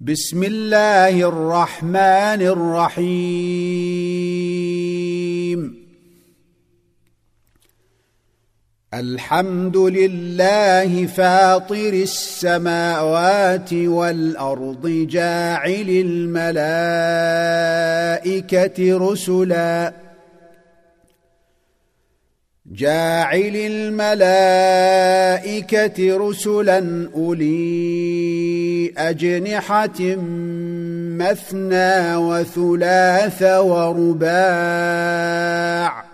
بسم الله الرحمن الرحيم. الحمد لله فاطر السماوات والأرض جاعل الملائكة رسلا أولي أجنحة مثنى وثلاث ورباع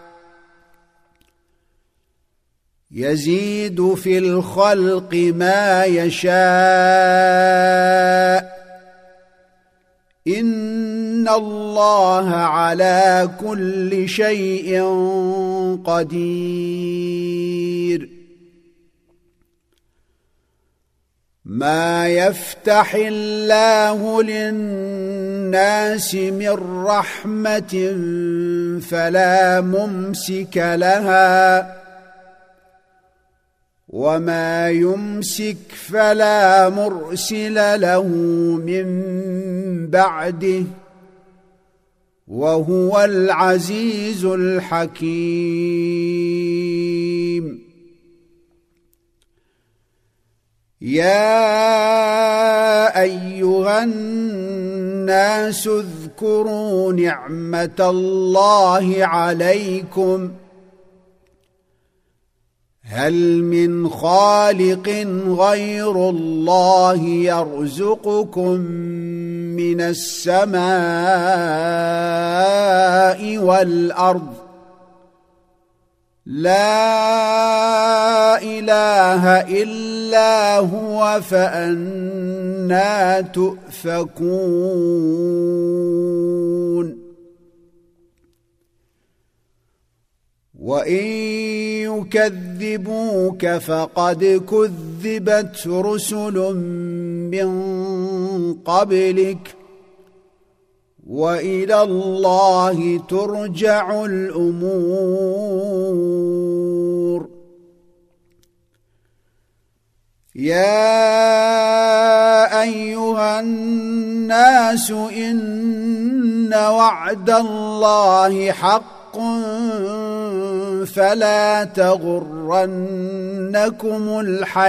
يزيد في الخلق ما يشاء إن الله على كل شيء قدير. ما يفتح الله للناس من رحمة فلا ممسك لها وما يمسك فلا مرسل له من بعده وهو العزيز الحكيم. يا أيها الناس اذكروا نعمة الله عليكم هل من خالق غير الله يرزقكم من السماء والأرض لا إله إلا هو فأنى تؤفكون. وإن يكذبوك فقد كذبت رسل من قبلك وإلى الله ترجع الأمور. يا أيها الناس إن وعد الله حق فلا تغرنكم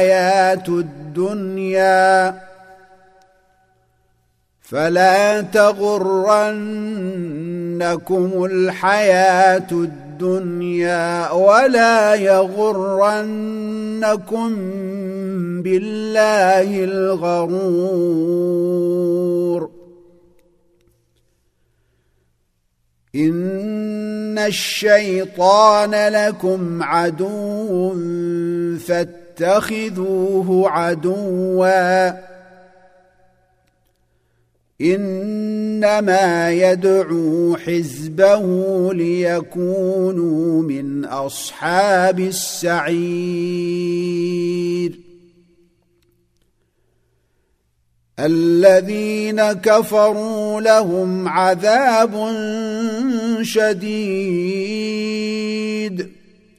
الحياة الدنيا ولا يغرنكم بالله الغرور. إن الشيطان لكم عدو فاتخذوه عدوا إنما يدعو حزبه ليكونوا من أصحاب السعير. الذين كفروا لهم عذاب شديد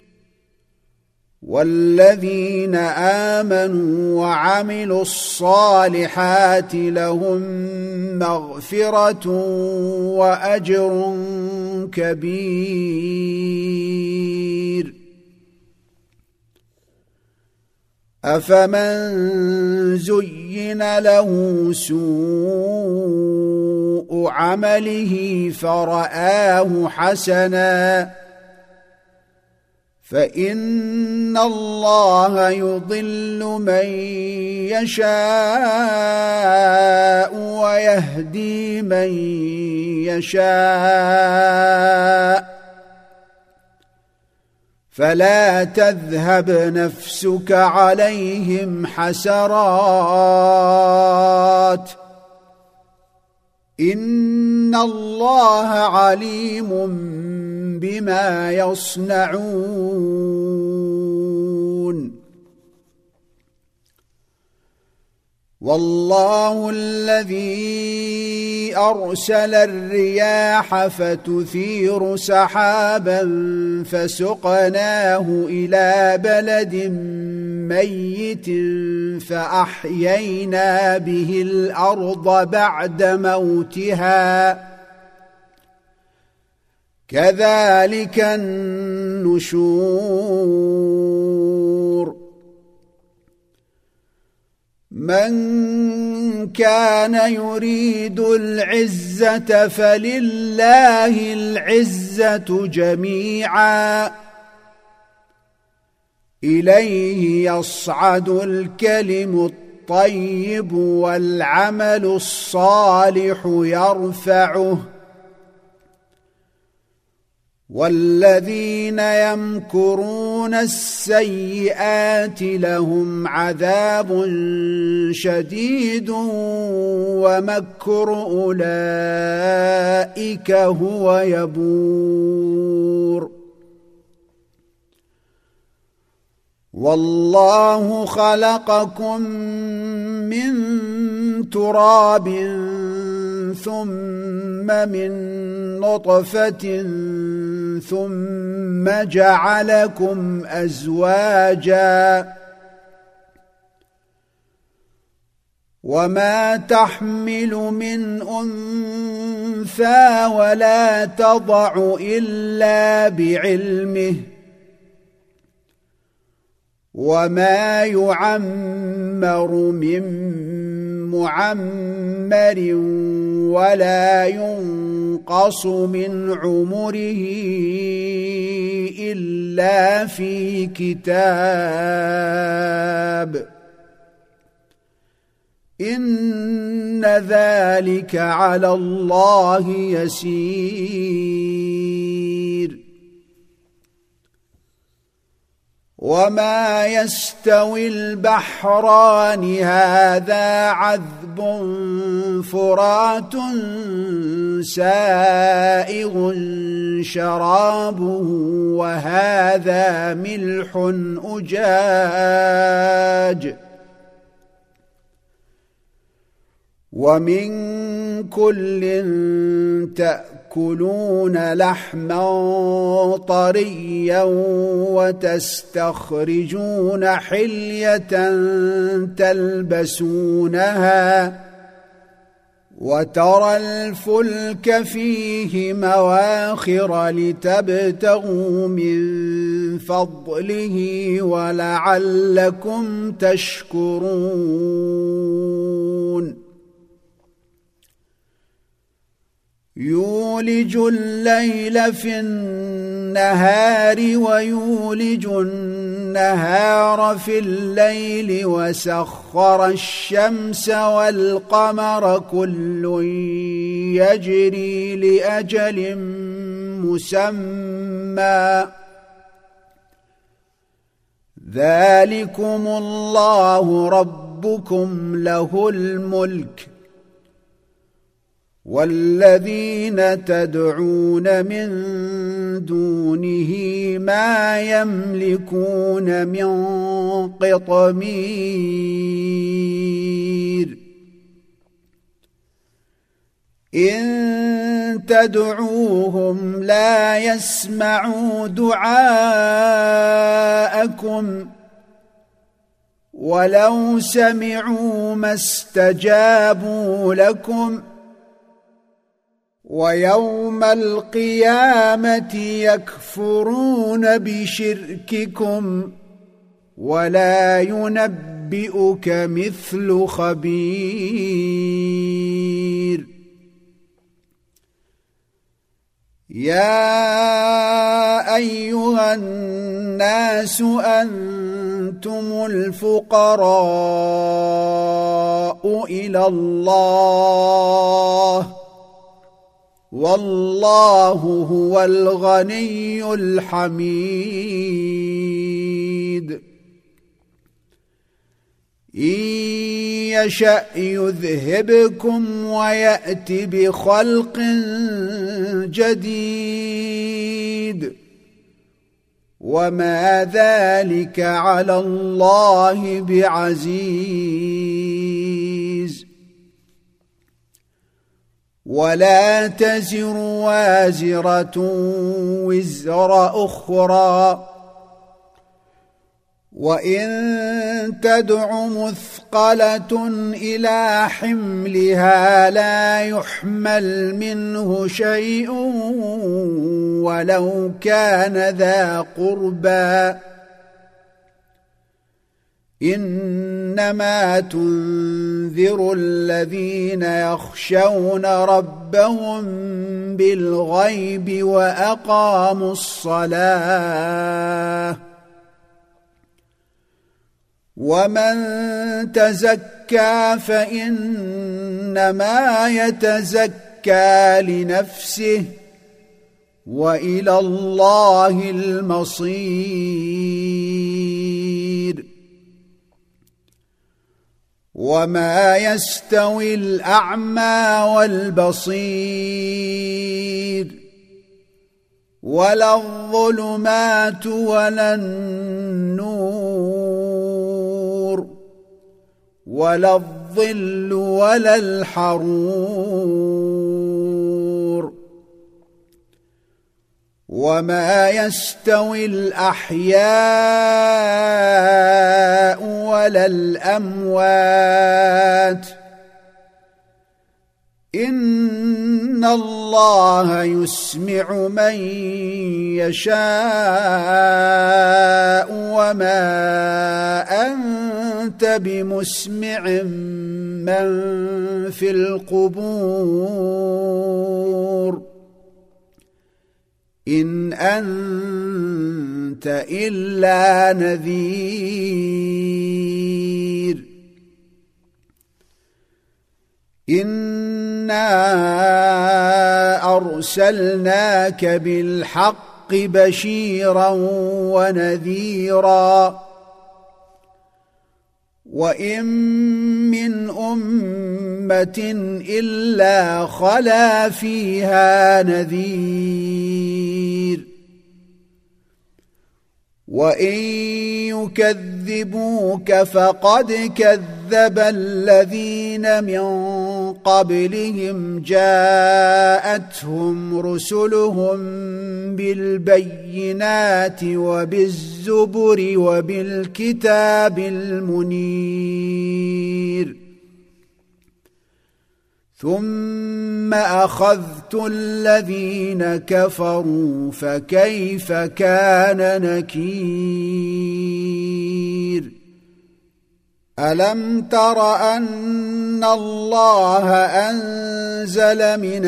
والذين آمنوا وعملوا الصالحات لهم مغفرة وأجر كبير. أفمن زين له سوء عمله فرآه حسنا فإن الله يضل من يشاء ويهدي من يشاء فلا تذهب نفسك عليهم حسرات إن الله عليم بما يصنعون. والله الذي أرسل الرياح فتثير سحابا فسقناه إلى بلد ميت فأحيينا به الأرض بعد موتها كذلك النشور من كان يريد العزة فلله العزة جميعا إليه يصعد الكلم الطيب والعمل الصالح يرفعه والذين يمكرون السيئات لهم عذاب شديد ومكر أولئك هو يبور والله خلقكم من تراب ثم من نطفة ثم جعلكم أزواجا وما تحمل من أنثى ولا تضع إلا بعلمه وما يعمر من معمر ولا ينقص من عمره إلا في كتاب إن ذلك على الله يسير وما يستوي البحران هذا عذب فرات سائغ شرابه وهذا ملح أجاج ومن كل تأكلون لحما طريا وتستخرجون حلية تلبسونها وترى الفلك فيه مواخر لتبتغوا من فضله ولعلكم تشكرون يولج الليل في النهار ويولج النهار في الليل وسخر الشمس والقمر كل يجري لأجل مسمى ذلكم الله ربكم له الملك والذين تدعون من دونه ما يملكون من قطمير إن تدعوهم لا يسمعوا دعاءكم ولو سمعوا ما استجابوا لكم ويوم القيامة يكفرون بشرككم ولا ينبئك مثل خبير يا أيها الناس أنتم الفقراء إلى الله والله هو الغني الحميد إن يشأ يذهبكم ويأت بخلق جديد وما ذلك على الله بعزيز ولا تزر وازرة وزر أخرى وإن تدع مثقلة إلى حملها لا يحمل منه شيء ولو كان ذا قربى إنما تنذر الذين يخشون ربهم بالغيب وأقاموا الصلاة ومن تزكى فإنما يتزكى لنفسه وإلى الله المصير وما يستوي الأعمى والبصير ولا الظلمات ولا النور ولا الظل ولا الحرور وما يستوي الأحياء ولا الأموات إن الله يسمع من يشاء وما أنت بمسمع من في القبور إن أنت إلا نذير إنا أرسلناك بالحق بشيرا ونذيرا وإن من أمة إلا خلا فيها نذير وإن يكذبوك فقد كذب الذين من قبلهم جاءتهم رسلهم بالبينات وبالزبر وبالكتاب المنير ثم أخذت الذين كفروا فكيف كان نكير ألم تر أن الله أنزل من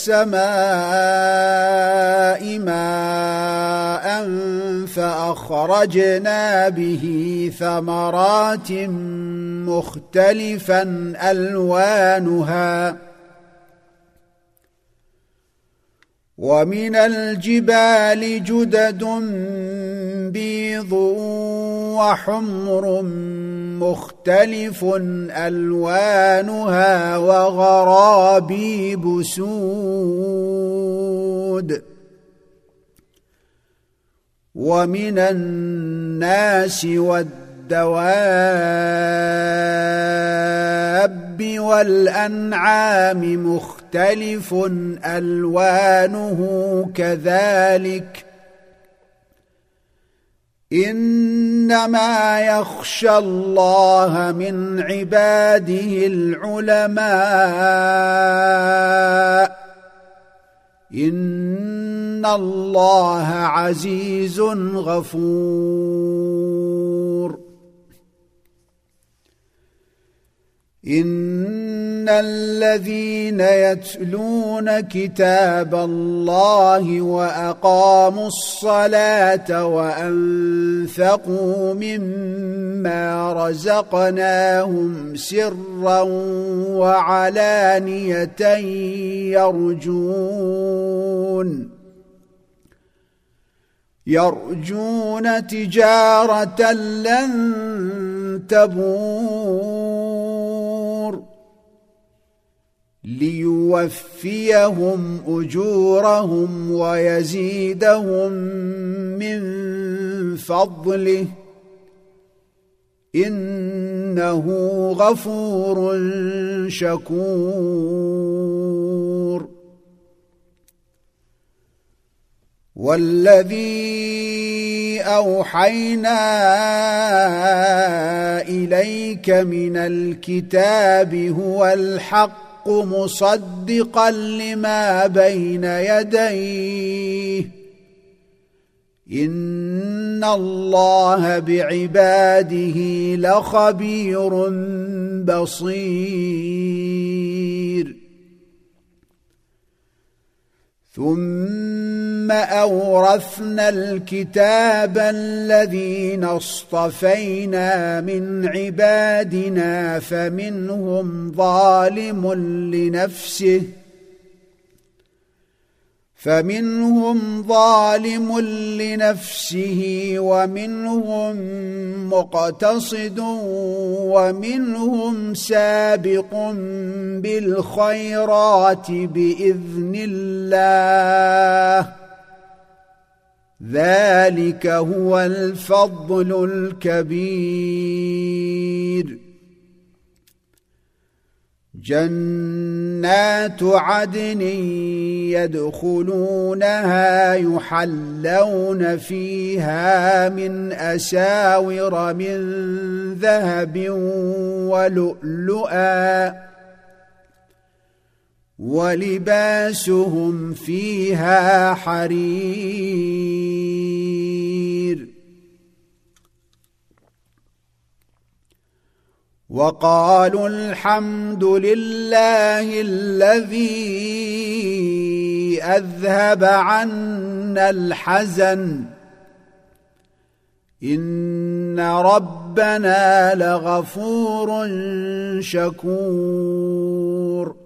السماء ماء فأخرجنا به ثمرات مختلفا ألوانها ومن الجبال جدد بيض وحمر مختلف ألوانها وغرابيب سود ومن الناس والدواب والأنعام مختلف ألوانه كذلك إنما يخشى الله من عباده العلماء إن الله عزيز غفور إن الذين يتلون كتاب الله وأقاموا الصلاة وأنفقوا مما رزقناهم سرا وعلانية يرجون تجارة لن تبور ليوفيهم أجورهم ويزيدهم من فضله إنه غفور شكور والذي أوحينا إليك من الكتاب هو الحق مصدقا لما بين يديه إن الله بعباده لخبير بصير ثم أورثنا الكتاب الذين اصطفينا من عبادنا فمنهم ظالم لنفسه ومنهم مقتصد ومنهم سابق بالخيرات بإذن الله ذلك هو الفضل الكبير جنات عدن يدخلونها يحلون فيها من أساور من ذهب ولؤلؤا ولباسهم فيها حرير وقالوا الحمد لله الذي أذهب عنا الحزن إن ربنا لغفور شكور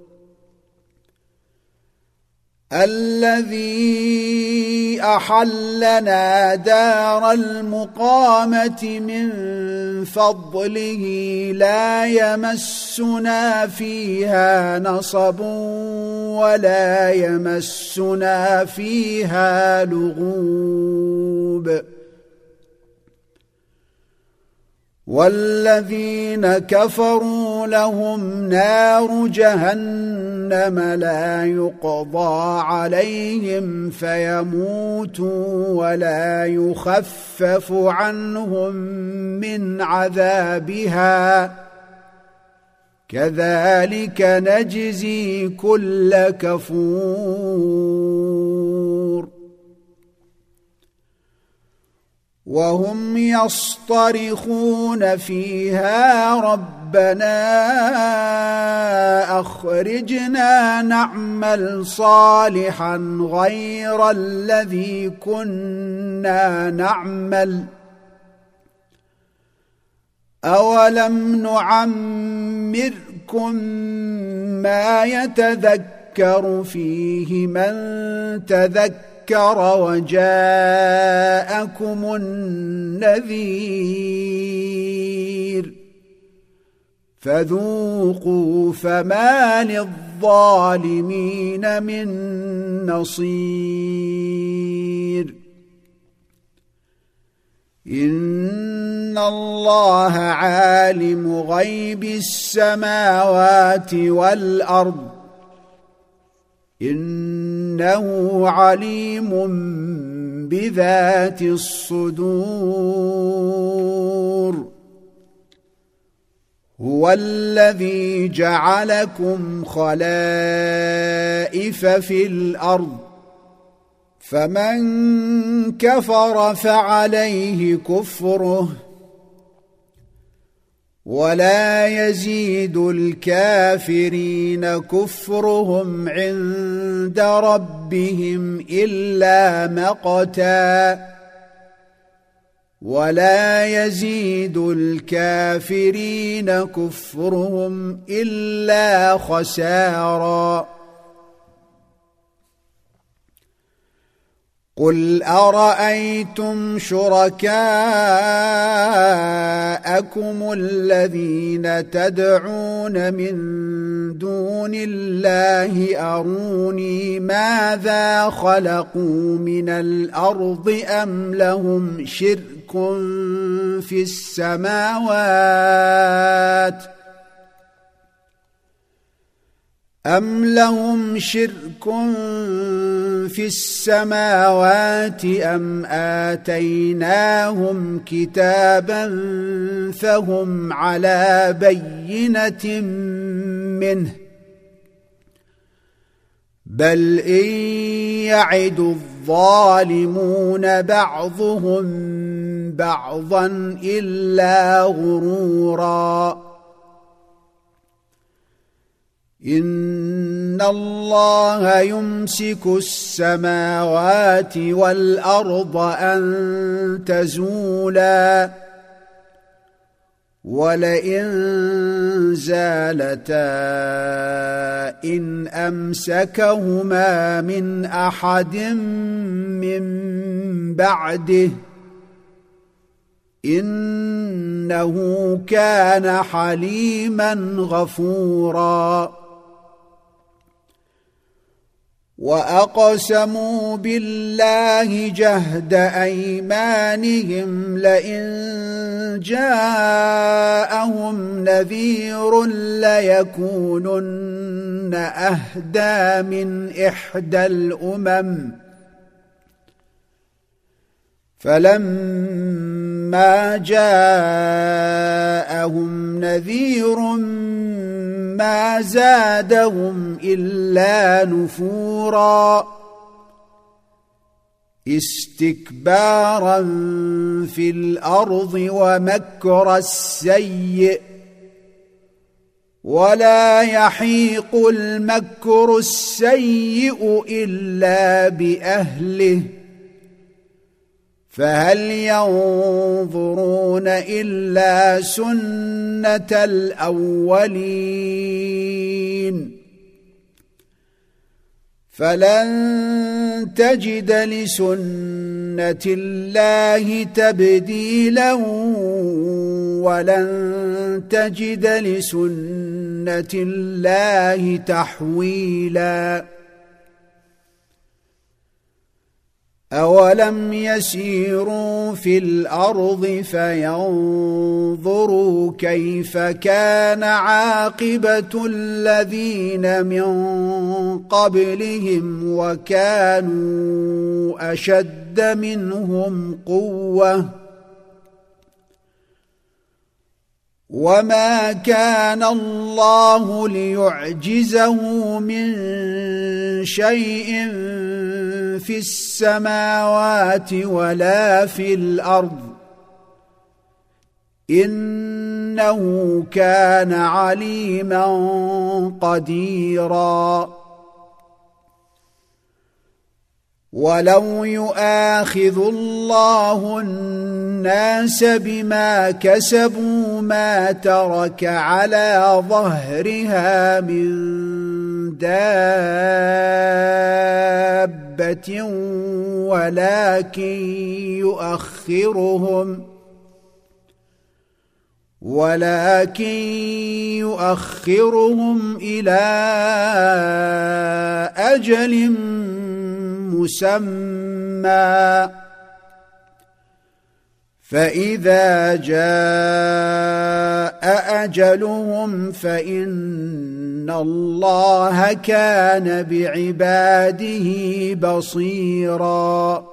الذي أحلنا دار المقامة من فضله لا يمسنا فيها نصب ولا يمسنا فيها لغوب والذين كفروا لهم نار جهنم لا يقضى عليهم فيموتوا ولا يخفف عنهم من عذابها كذلك نجزي كل كفور وهم يصطرخون فيها ربنا أخرجنا نعمل صالحا غير الذي كنا نعمل أولم نعمركم ما يتذكر فيه من تذكر وجاءكم النذير فذوقوا فما للظالمين من نصير إن الله عالم غيب السماوات والأرض إنه عليم بذات الصدور هو الذي جعلكم خلائف في الأرض فمن كفر فعليه كفره ولا يزيد الكافرين كفرهم عند ربهم إلا مقتا ولا يزيد الكافرين كفرهم إلا خسارا قل أرأيتم شركاءكم الذين تدعون من دون الله أروني ماذا خلقوا من الأرض أم لهم شرك في السماوات أم لهم شرك في السماوات أم آتيناهم كتابا فهم على بينة منه بل إن يعد الظالمون بعضهم بعضا إلا غرورا إن الله يمسك السماوات والأرض أن تزولا ولئن زالتا إن أمسكهما من أحد من بعده إنه كان حليما غفورا وأقسموا بالله جهد أيمانهم لئن جاءهم نذير ليكونن أهدى من إحدى الأمم فلما جاءهم نذير ما زادهم إلا نفورا استكبارا في الأرض ومكر السيء ولا يحيق المكر السيء إلا بأهله فهل ينظرون إلا سنة الأولين فلن تجد لسنة الله تبديلا ولن تجد لسنة الله تحويلا أولم يسيروا في الأرض فينظروا كيف كان عاقبة الذين من قبلهم وكانوا أشد منهم قوة وما كان الله ليعجزه من شيء في السماوات ولا في الأرض إنه كان عليما قديرا ولو يؤاخذ الله الناس بما كسبوا ما ترك على ظهرها من دابة ولكن يؤخرهم إلى أجل مسمى فإذا جاء أجلهم فإن الله كان بعباده بصيراً